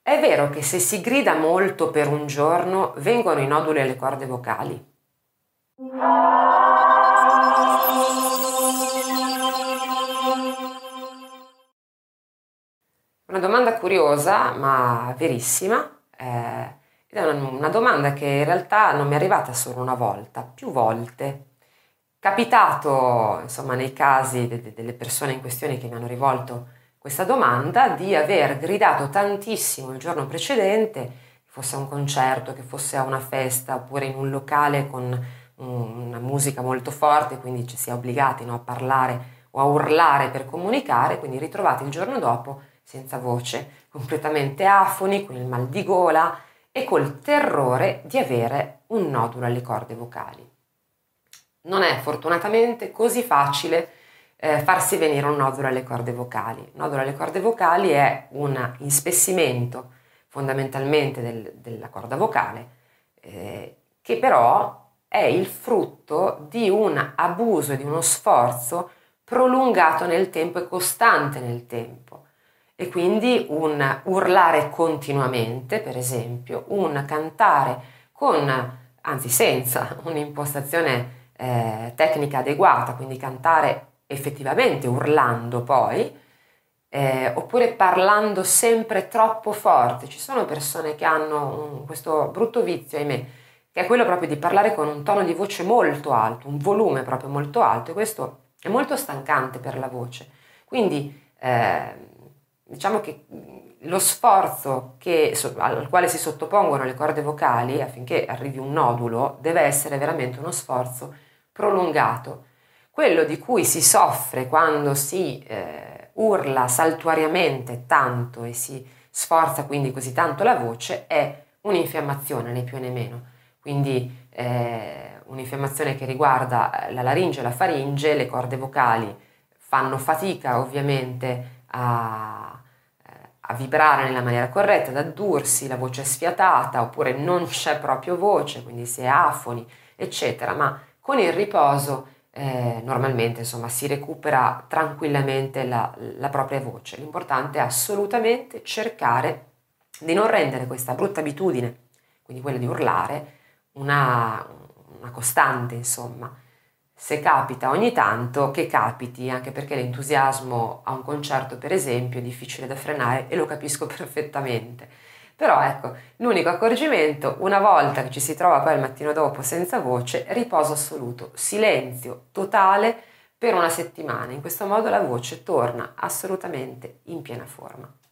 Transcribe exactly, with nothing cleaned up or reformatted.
È vero che se si grida molto per un giorno vengono i noduli alle corde vocali? Una domanda curiosa ma verissima, eh, ed è una, una domanda che in realtà non mi è arrivata solo una volta, più volte. Capitato, insomma, nei casi de- de- delle persone in questione che mi hanno rivolto questa domanda, di aver gridato tantissimo il giorno precedente, che fosse a un concerto, che fosse a una festa, oppure in un locale con un- una musica molto forte, quindi ci si è obbligati, no, a parlare o a urlare per comunicare, quindi ritrovati il giorno dopo senza voce, completamente afoni, con il mal di gola e col terrore di avere un nodulo alle corde vocali. Non è fortunatamente così facile eh, farsi venire un nodulo alle corde vocali. Il nodulo alle corde vocali è un inspessimento fondamentalmente del- della corda vocale, eh, che però è il frutto di un abuso e di uno sforzo prolungato nel tempo e costante nel tempo. E quindi un urlare continuamente, per esempio, un cantare con, anzi senza un'impostazione eh, tecnica adeguata, quindi cantare effettivamente urlando poi, eh, oppure parlando sempre troppo forte. Ci sono persone che hanno un- questo brutto vizio, ahimè, che è quello proprio di parlare con un tono di voce molto alto, un volume proprio molto alto, e questo è molto stancante per la voce. Quindi eh, diciamo che lo sforzo che, so- al quale si sottopongono le corde vocali affinché arrivi un nodulo deve essere veramente uno sforzo prolungato. Quello di cui si soffre quando si eh, urla saltuariamente tanto e si sforza quindi così tanto la voce è un'infiammazione, né più né meno. Quindi eh, un'infiammazione che riguarda la laringe e la faringe, le corde vocali fanno fatica ovviamente a, a vibrare nella maniera corretta, ad addursi, la voce è sfiatata oppure non c'è proprio voce, quindi si è afoni, eccetera, ma con il riposo eh, normalmente insomma si recupera tranquillamente la, la propria voce. L'importante è assolutamente cercare di non rendere questa brutta abitudine, quindi quella di urlare, una, una costante, insomma. Se capita ogni tanto, che capiti, anche perché l'entusiasmo a un concerto, per esempio, è difficile da frenare e lo capisco perfettamente. Però ecco, l'unico accorgimento, una volta che ci si trova poi il mattino dopo senza voce, riposo assoluto, silenzio totale per una settimana. In questo modo la voce torna assolutamente in piena forma.